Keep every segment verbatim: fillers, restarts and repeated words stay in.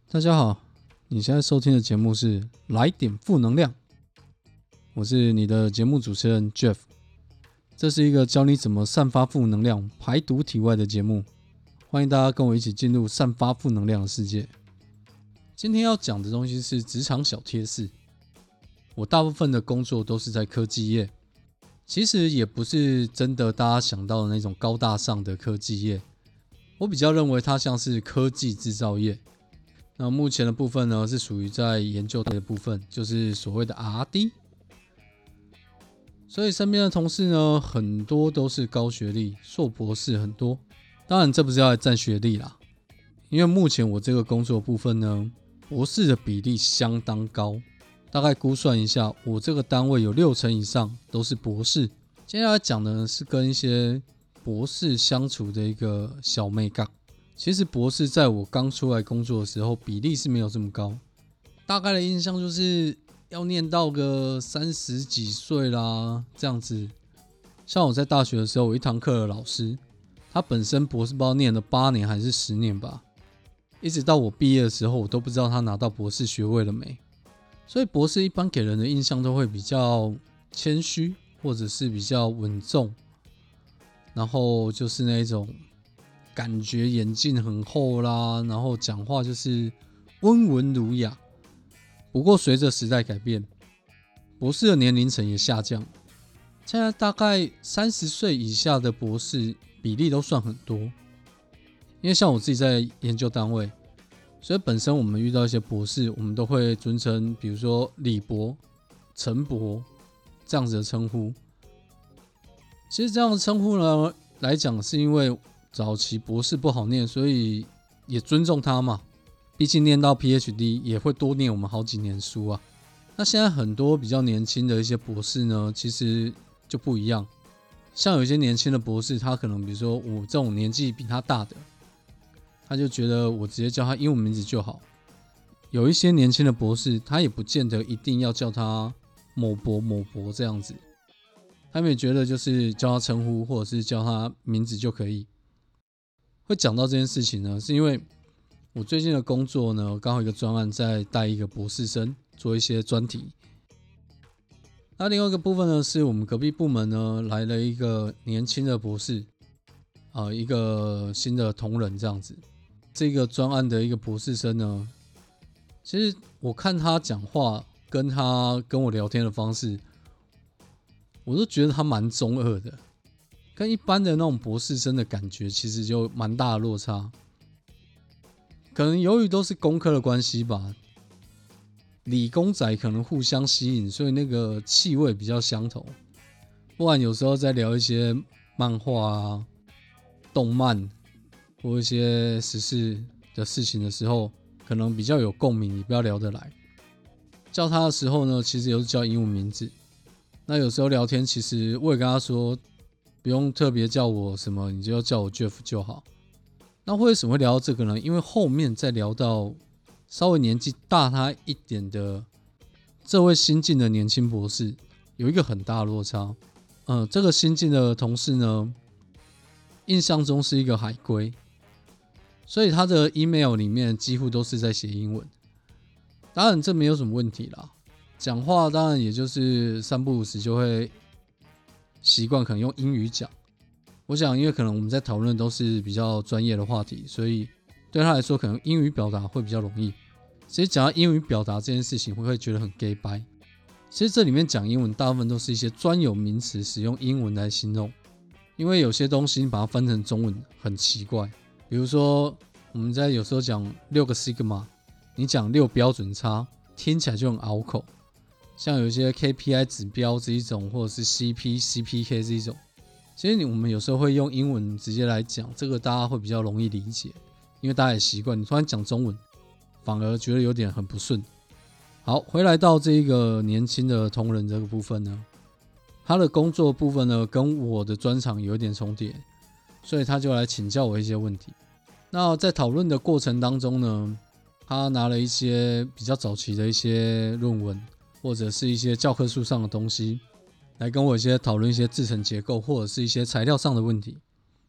大家好，你现在收听的节目是《来点负能量》，我是你的节目主持人 Jeff。这是一个教你怎么散发负能量、排毒体外的节目，欢迎大家跟我一起进入散发负能量的世界。今天要讲的东西是职场小贴士。我大部分的工作都是在科技业，其实也不是真的大家想到的那种高大上的科技业，我比较认为它像是科技制造业。那目前的部分呢，是属于在研究的部分，就是所谓的 R and D。所以身边的同事呢，很多都是高学历，硕博士很多。当然，这不是要来占学历啦，因为目前我这个工作部分呢，博士的比例相当高，大概估算一下，我这个单位有六成以上都是博士。接下来讲的是跟一些博士相处的一个小美感。其实博士在我刚出来工作的时候，比例是没有这么高，大概的印象就是要念到个三十几岁啦，这样子。像我在大学的时候，有一堂课的老师，他本身博士不知道念了八年还是十年吧，一直到我毕业的时候，我都不知道他拿到博士学位了没。所以博士一般给人的印象都会比较谦虚，或者是比较稳重，然后就是那种感觉眼镜很厚啦，然后讲话就是温文儒雅。不过随着时代改变，博士的年龄层也下降，现在大概三十岁以下的博士比例都算很多。因为像我自己在研究单位，所以本身我们遇到一些博士，我们都会尊称，比如说李博、陈博这样子的称呼。其实这样的称呼呢来讲，是因为早期博士不好念，所以也尊重他嘛。毕竟念到 P H D 也会多念我们好几年书啊。那现在很多比较年轻的一些博士呢，其实就不一样。像有一些年轻的博士，他可能比如说我这种年纪比他大的，他就觉得我直接叫他英文名字就好。有一些年轻的博士，他也不见得一定要叫他某博某博这样子，他们也觉得就是叫他称呼或者是叫他名字就可以。会讲到这件事情呢，是因为我最近的工作呢，刚好一个专案在带一个博士生做一些专题。那另外一个部分呢，是我们隔壁部门呢来了一个年轻的博士，呃，一个新的同仁这样子。这个专案的一个博士生呢，其实我看他讲话跟他跟我聊天的方式，我都觉得他蛮中二的。跟一般的那种博士生的感觉其实就蛮大的落差，可能由于都是工科的关系吧，理工仔可能互相吸引，所以那个气味比较相同。不然有时候在聊一些漫画啊、动漫或一些时事的事情的时候，可能比较有共鸣，也比较聊得来。叫他的时候呢，其实也是叫英文名字。那有时候聊天，其实我也跟他说，不用特别叫我什么，你就要叫我 Jeff 就好。那为什么会聊到这个呢？因为后面再聊到稍微年纪大他一点的这位新进的年轻博士，有一个很大的落差。呃，这个新进的同事呢，印象中是一个海归，所以他的 email 里面几乎都是在写英文。当然这没有什么问题啦，讲话当然也就是三不五时就会习惯可能用英语讲。我想因为可能我们在讨论都是比较专业的话题，所以对他来说可能英语表达会比较容易。其实讲到英语表达这件事情，我会觉得很 gay 掰。其实这里面讲英文大部分都是一些专有名词，使用英文来形容。因为有些东西你把它翻成中文很奇怪，比如说我们在有时候讲六个 sigma， 你讲六标准差，听起来就很拗口。像有一些 K P I 指标这一种，或者是 C P、C P K 这一种，其实我们有时候会用英文直接来讲，这个大家会比较容易理解，因为大家也习惯。你突然讲中文，反而觉得有点很不顺。好，回来到这个年轻的同仁这个部分呢，他的工作部分呢跟我的专长有一点重叠，所以他就来请教我一些问题。那在讨论的过程当中呢，他拿了一些比较早期的一些论文，或者是一些教科书上的东西，来跟我一些讨论一些制程结构或者是一些材料上的问题。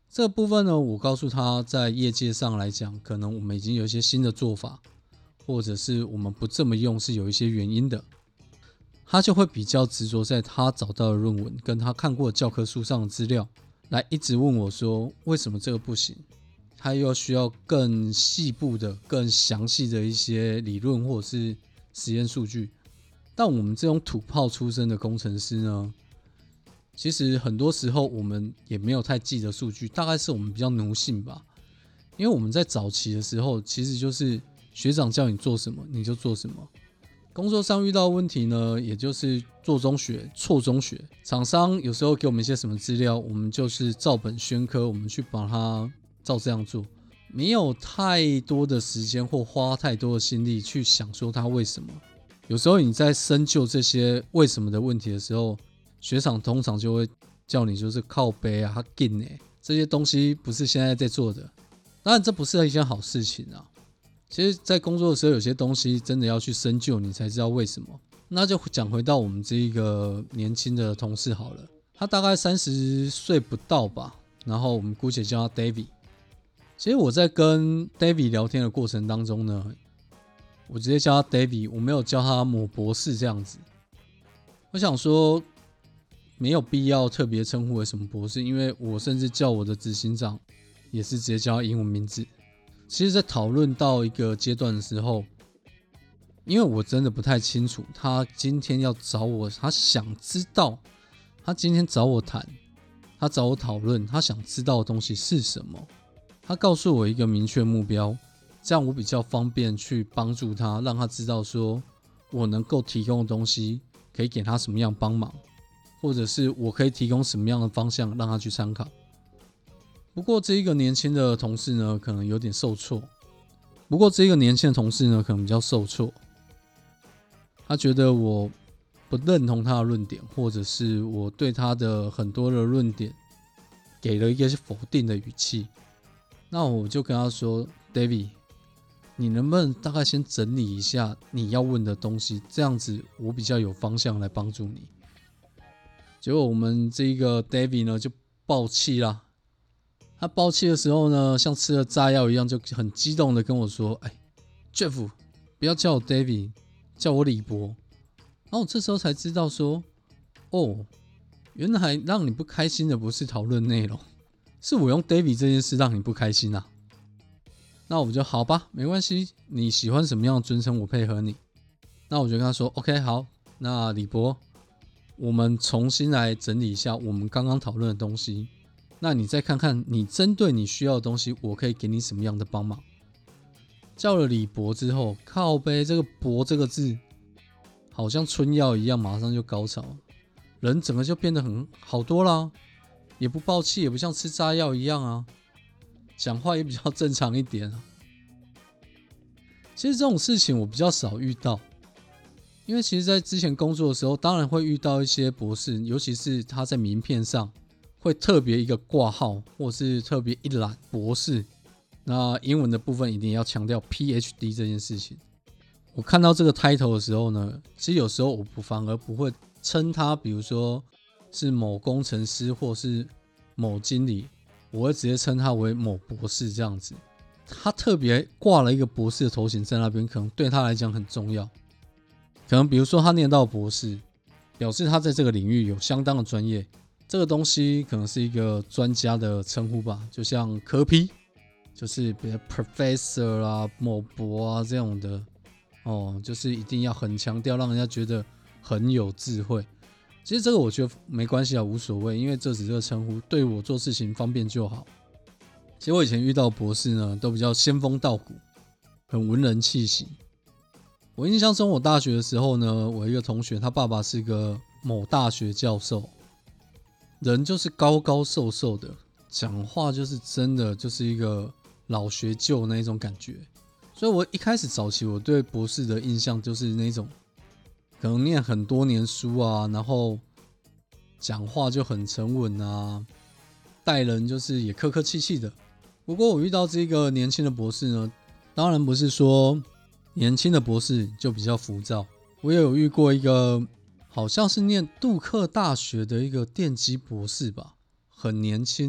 这个部分呢，我告诉他，在业界上来讲，可能我们已经有一些新的做法，或者是我们不这么用是有一些原因的。他就会比较执着在他找到的论文跟他看过的教科书上的资料，来一直问我说为什么这个不行。他又需要更细部的、更详细的一些理论或者是实验数据。但我们这种土炮出身的工程师呢，其实很多时候我们也没有太记得数据，大概是我们比较奴性吧。因为我们在早期的时候，其实就是学长叫你做什么你就做什么。工作上遇到的问题呢，也就是做中学、错中学。厂商有时候给我们一些什么资料，我们就是照本宣科，我们去把它照这样做，没有太多的时间或花太多的心力去想说它为什么。有时候你在深究这些为什么的问题的时候，学长通常就会叫你就是靠背啊、紧欸，这些东西不是现在在做的。当然这不是一件好事情啊。其实在工作的时候有些东西真的要去深究你才知道为什么。那就讲回到我们这一个年轻的同事好了，他大概三十岁不到吧，然后我们姑且叫他 David。 其实我在跟 David 聊天的过程当中呢，我直接叫他 David， 我没有叫他某博士这样子。我想说没有必要特别称呼为什么博士，因为我甚至叫我的执行长也是直接叫他英文名字。其实在讨论到一个阶段的时候，因为我真的不太清楚他今天要找我，他想知道他今天找我谈，他找我讨论，他想知道的东西是什么。他告诉我一个明确目标，这样我比较方便去帮助他，让他知道说我能够提供的东西可以给他什么样帮忙，或者是我可以提供什么样的方向让他去参考。不过这一个年轻的同事呢，可能有点受挫。不过这一个年轻的同事呢，可能比较受挫。他觉得我不认同他的论点，或者是我对他的很多的论点给了一个否定的语气。那我就跟他说 ，David， 你能不能大概先整理一下你要问的东西，这样子我比较有方向来帮助你。结果我们这个 David 呢就爆气啦。他爆气的时候呢，像吃了炸药一样，就很激动的跟我说：“哎 ，Jeff， 不要叫我 David， 叫我李博。”然后我这时候才知道说，哦，原来让你不开心的不是讨论内容，是我用 David 这件事让你不开心啊。那我就好吧，没关系，你喜欢什么样的尊称，我配合你。那我就跟他说 ：“OK， 好，那李博，我们重新来整理一下我们刚刚讨论的东西。”那你再看看，你针对你需要的东西，我可以给你什么样的帮忙？叫了李博之后，靠北这个博这个字，好像春药一样，马上就高潮，人整个就变得很好多啦，也不爆气，也不像吃炸药一样啊，讲话也比较正常一点啊。其实这种事情我比较少遇到，因为其实在之前工作的时候，当然会遇到一些博士，尤其是他在名片上会特别一个挂号，或是特别一栏博士。那英文的部分一定要强调 P H D 这件事情。我看到这个 title 的时候呢，其实有时候我不反而不会称他，比如说是某工程师或是某经理，我会直接称他为某博士这样子。他特别挂了一个博士的头衔在那边，可能对他来讲很重要。可能比如说他念到博士，表示他在这个领域有相当的专业。这个东西可能是一个专家的称呼吧，就像科 P， 就是比如 professor 啊、某博啊这种的，哦，就是一定要很强调，让人家觉得很有智慧。其实这个我觉得没关系啊，无所谓，因为这只是这个称呼，对我做事情方便就好。其实我以前遇到博士呢，都比较仙风道骨，很文人气息。我印象中，我大学的时候呢，我一个同学，他爸爸是个某大学教授。人就是高高瘦瘦的，讲话就是真的就是一个老学究那一种感觉。所以我一开始早期我对博士的印象就是那种可能念很多年书啊，然后讲话就很沉稳啊，待人就是也客客气气的。不过我遇到这个年轻的博士呢，当然不是说年轻的博士就比较浮躁。我也有遇过一个好像是念杜克大学的一个电机博士吧，很年轻，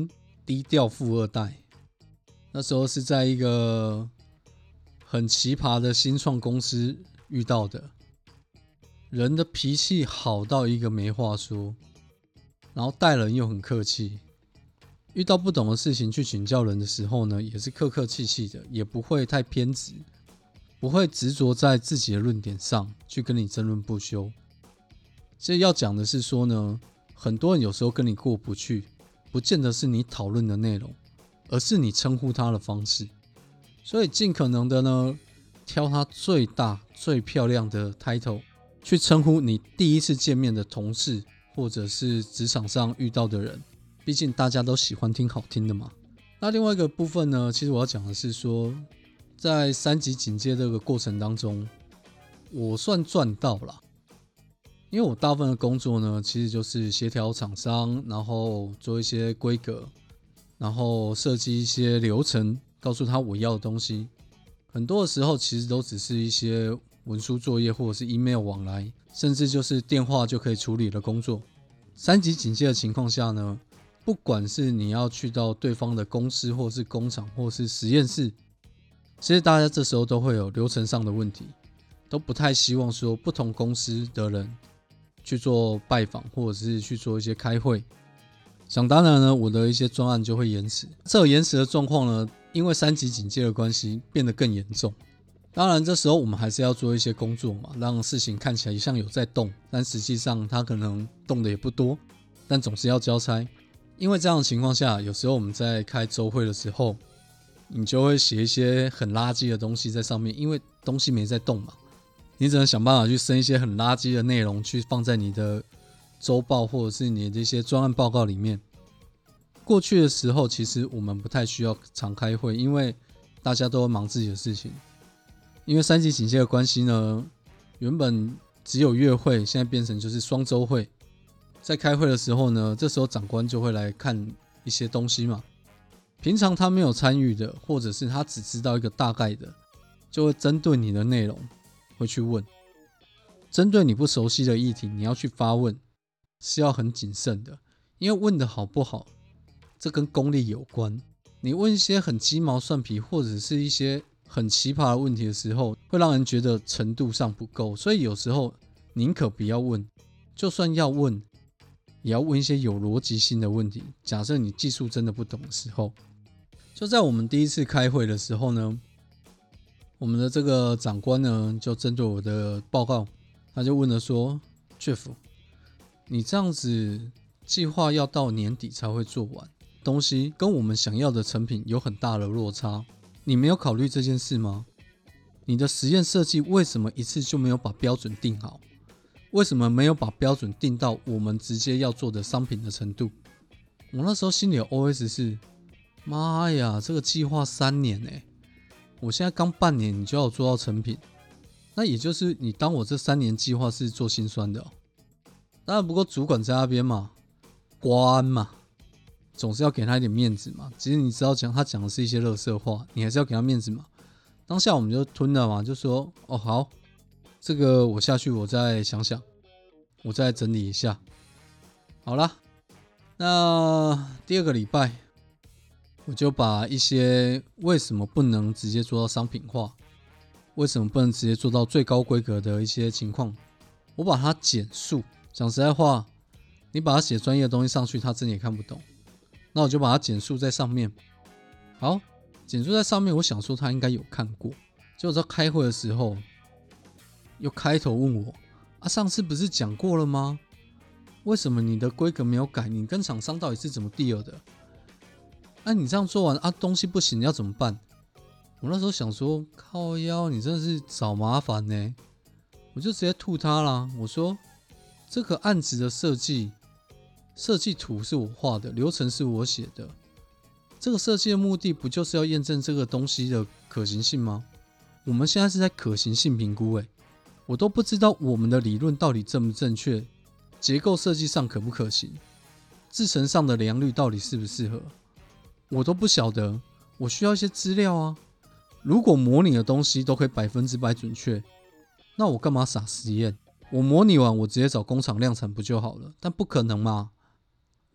低调富二代。那时候是在一个很奇葩的新创公司遇到的，人的脾气好到一个没话说，然后待人又很客气，遇到不懂的事情去请教人的时候呢，也是客客气气的，也不会太偏执，不会执着在自己的论点上去跟你争论不休。其实要讲的是说呢，很多人有时候跟你过不去，不见得是你讨论的内容，而是你称呼他的方式。所以尽可能的呢，挑他最大最漂亮的 title 去称呼你第一次见面的同事，或者是职场上遇到的人，毕竟大家都喜欢听好听的嘛。那另外一个部分呢，其实我要讲的是说，在三级警戒这个过程当中，我算赚到了。因为我大部分的工作呢，其实就是协调厂商，然后做一些规格，然后设计一些流程，告诉他我要的东西。很多的时候其实都只是一些文书作业或者是 email 往来，甚至就是电话就可以处理的工作。三级警戒的情况下呢，不管是你要去到对方的公司或是工厂或是实验室，其实大家这时候都会有流程上的问题，都不太希望说不同公司的人去做拜访或者是去做一些开会。想当然呢，我的一些专案就会延迟。这个延迟的状况呢，因为三级警戒的关系变得更严重。当然这时候我们还是要做一些工作嘛，让事情看起来像有在动，但实际上它可能动的也不多，但总是要交差。因为这样的情况下，有时候我们在开周会的时候，你就会写一些很垃圾的东西在上面，因为东西没在动嘛，你只能想办法去生一些很垃圾的内容去放在你的周报或者是你的这些专案报告里面。过去的时候其实我们不太需要常开会，因为大家都忙自己的事情。因为三级警戒的关系呢，原本只有月会，现在变成就是双周会。在开会的时候呢，这时候长官就会来看一些东西嘛，平常他没有参与的，或者是他只知道一个大概的，就会针对你的内容会去问。针对你不熟悉的议题，你要去发问是要很谨慎的，因为问的好不好，这跟功力有关。你问一些很鸡毛蒜皮或者是一些很奇葩的问题的时候，会让人觉得程度上不够，所以有时候宁可不要问，就算要问，也要问一些有逻辑性的问题。假设你技术真的不懂的时候，就在我们第一次开会的时候呢，我们的这个长官呢，就针对我的报告，他就问了说 Jeff， 你这样子计划要到年底才会做完，东西跟我们想要的成品有很大的落差，你没有考虑这件事吗？你的实验设计为什么一次就没有把标准定好？为什么没有把标准定到我们直接要做的商品的程度？我那时候心里的 O S 是，妈呀，这个计划三年欸，我现在刚半年你就要做到成品，那也就是你当我这三年计划是做心酸的哦。当然不过主管在那边嘛，官嘛，总是要给他一点面子嘛。其实你知道讲他讲的是一些垃圾话，你还是要给他面子嘛。当下我们就吞了嘛，就说哦好，这个我下去我再想想，我再整理一下。好啦，那第二个礼拜我就把一些为什么不能直接做到商品化，为什么不能直接做到最高规格的一些情况，我把它简述。讲实在话，你把它写专业的东西上去，他真的也看不懂。那我就把它简述在上面。好，简述在上面，我想说他应该有看过。结果在开会的时候，又开头问我：啊，上次不是讲过了吗？为什么你的规格没有改？你跟厂商到底是怎么 deal 的？那、啊、你这样做完啊，东西不行，你要怎么办？我那时候想说，靠腰，你真的是找麻烦呢。我就直接吐他啦。我说，这个案子的设计，设计图是我画的，流程是我写的。这个设计的目的不就是要验证这个东西的可行性吗？我们现在是在可行性评估，欸，我都不知道我们的理论到底正不正确，结构设计上可不可行，制程上的良率到底适不适合，我都不晓得。我需要一些资料啊。如果模拟的东西都可以百分之百准确，那我干嘛傻实验？我模拟完我直接找工厂量产不就好了？但不可能嘛。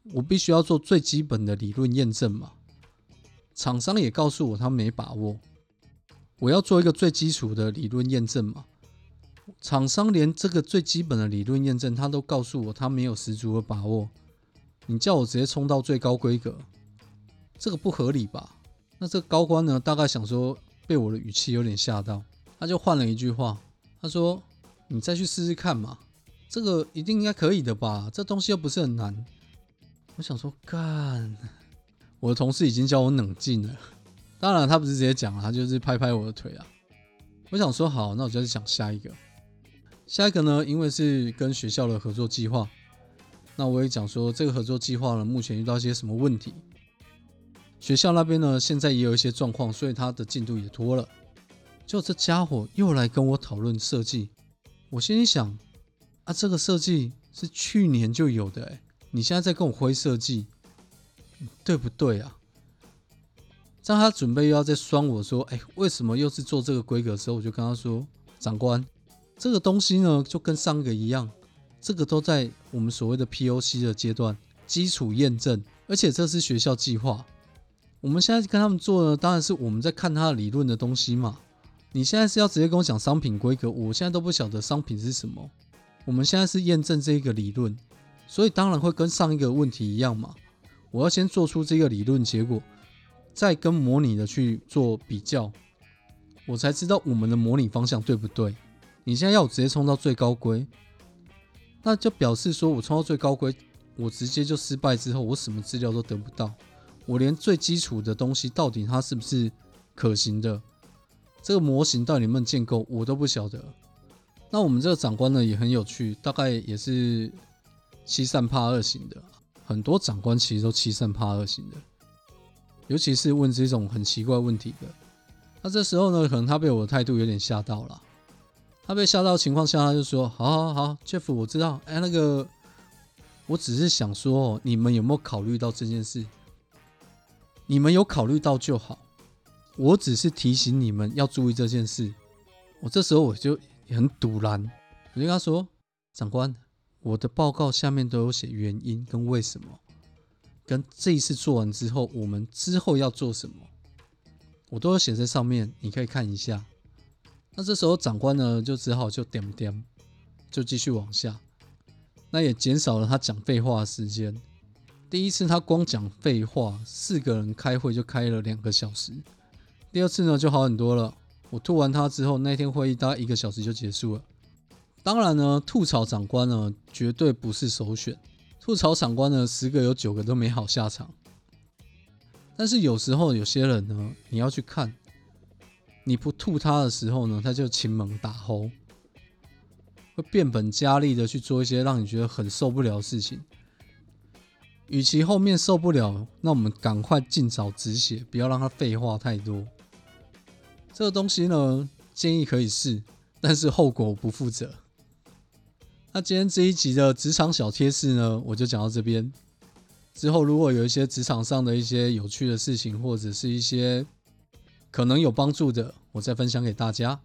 我必须要做最基本的理论验证嘛。厂商也告诉我他没把握，我要做一个最基础的理论验证嘛。厂商连这个最基本的理论验证他都告诉我他没有十足的把握，你叫我直接冲到最高规格，这个不合理吧？那这个高官呢，大概想说被我的语气有点吓到，他就换了一句话，他说你再去试试看嘛，这个一定应该可以的吧，这东西又不是很难。我想说干，我的同事已经叫我冷静了，当然他不是直接讲，他就是拍拍我的腿啊。我想说好，那我就去想下一个。下一个呢，因为是跟学校的合作计划，那我也讲说这个合作计划呢，目前遇到一些什么问题。学校那边呢，现在也有一些状况，所以他的进度也拖了。就这家伙又来跟我讨论设计，我心里想啊，这个设计是去年就有的、欸，你现在在跟我挥设计，对不对啊？在他准备又要再酸我说，哎、欸，为什么又是做这个规格的时候，我就跟他说，长官，这个东西呢就跟上个一样，这个都在我们所谓的 P O C 的阶段，基础验证，而且这是学校计划。我们现在跟他们做的当然是我们在看他的理论的东西嘛。你现在是要直接跟我讲商品规格，我现在都不晓得商品是什么。我们现在是验证这一个理论，所以当然会跟上一个问题一样嘛。我要先做出这个理论结果，再跟模拟的去做比较，我才知道我们的模拟方向对不对。你现在要我直接冲到最高规，那就表示说我冲到最高规，我直接就失败之后，我什么资料都得不到。我连最基础的东西到底它是不是可行的，这个模型到底能不能建构，我都不晓得。那我们这个长官呢也很有趣，大概也是欺善怕恶型的，很多长官其实都欺善怕恶型的，尤其是问这种很奇怪问题的。那这时候呢，可能他被我的态度有点吓到了。他被吓到的情况下，他就说：“好好好 ，Jeff， 我知道，哎，那个，我只是想说，你们有没有考虑到这件事？你们有考虑到就好，我只是提醒你们要注意这件事。”我这时候我就很堵然，我就跟他说：“长官，我的报告下面都有写原因跟为什么，跟这一次做完之后，我们之后要做什么，我都有写在上面，你可以看一下。”那这时候长官呢，就只好就点点，就继续往下。那也减少了他讲废话的时间。第一次他光讲废话，四个人开会就开了两个小时。第二次呢就好很多了，我吐完他之后，那天会议大概一个小时就结束了。当然呢，吐槽长官呢绝对不是首选，吐槽长官呢十个有九个都没好下场。但是有时候有些人呢，你要去看，你不吐他的时候呢，他就亲猛打吼，会变本加厉的去做一些让你觉得很受不了的事情。与其后面受不了，那我们赶快尽早止血，不要让他废话太多。这个东西呢，建议可以试，但是后果我不负责。那今天这一集的职场小贴士呢，我就讲到这边。之后如果有一些职场上的一些有趣的事情，或者是一些可能有帮助的，我再分享给大家。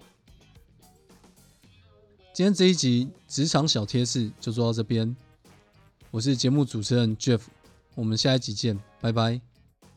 今天这一集职场小贴士就做到这边，我是节目主持人 Jeff， 我们下一集见，拜拜。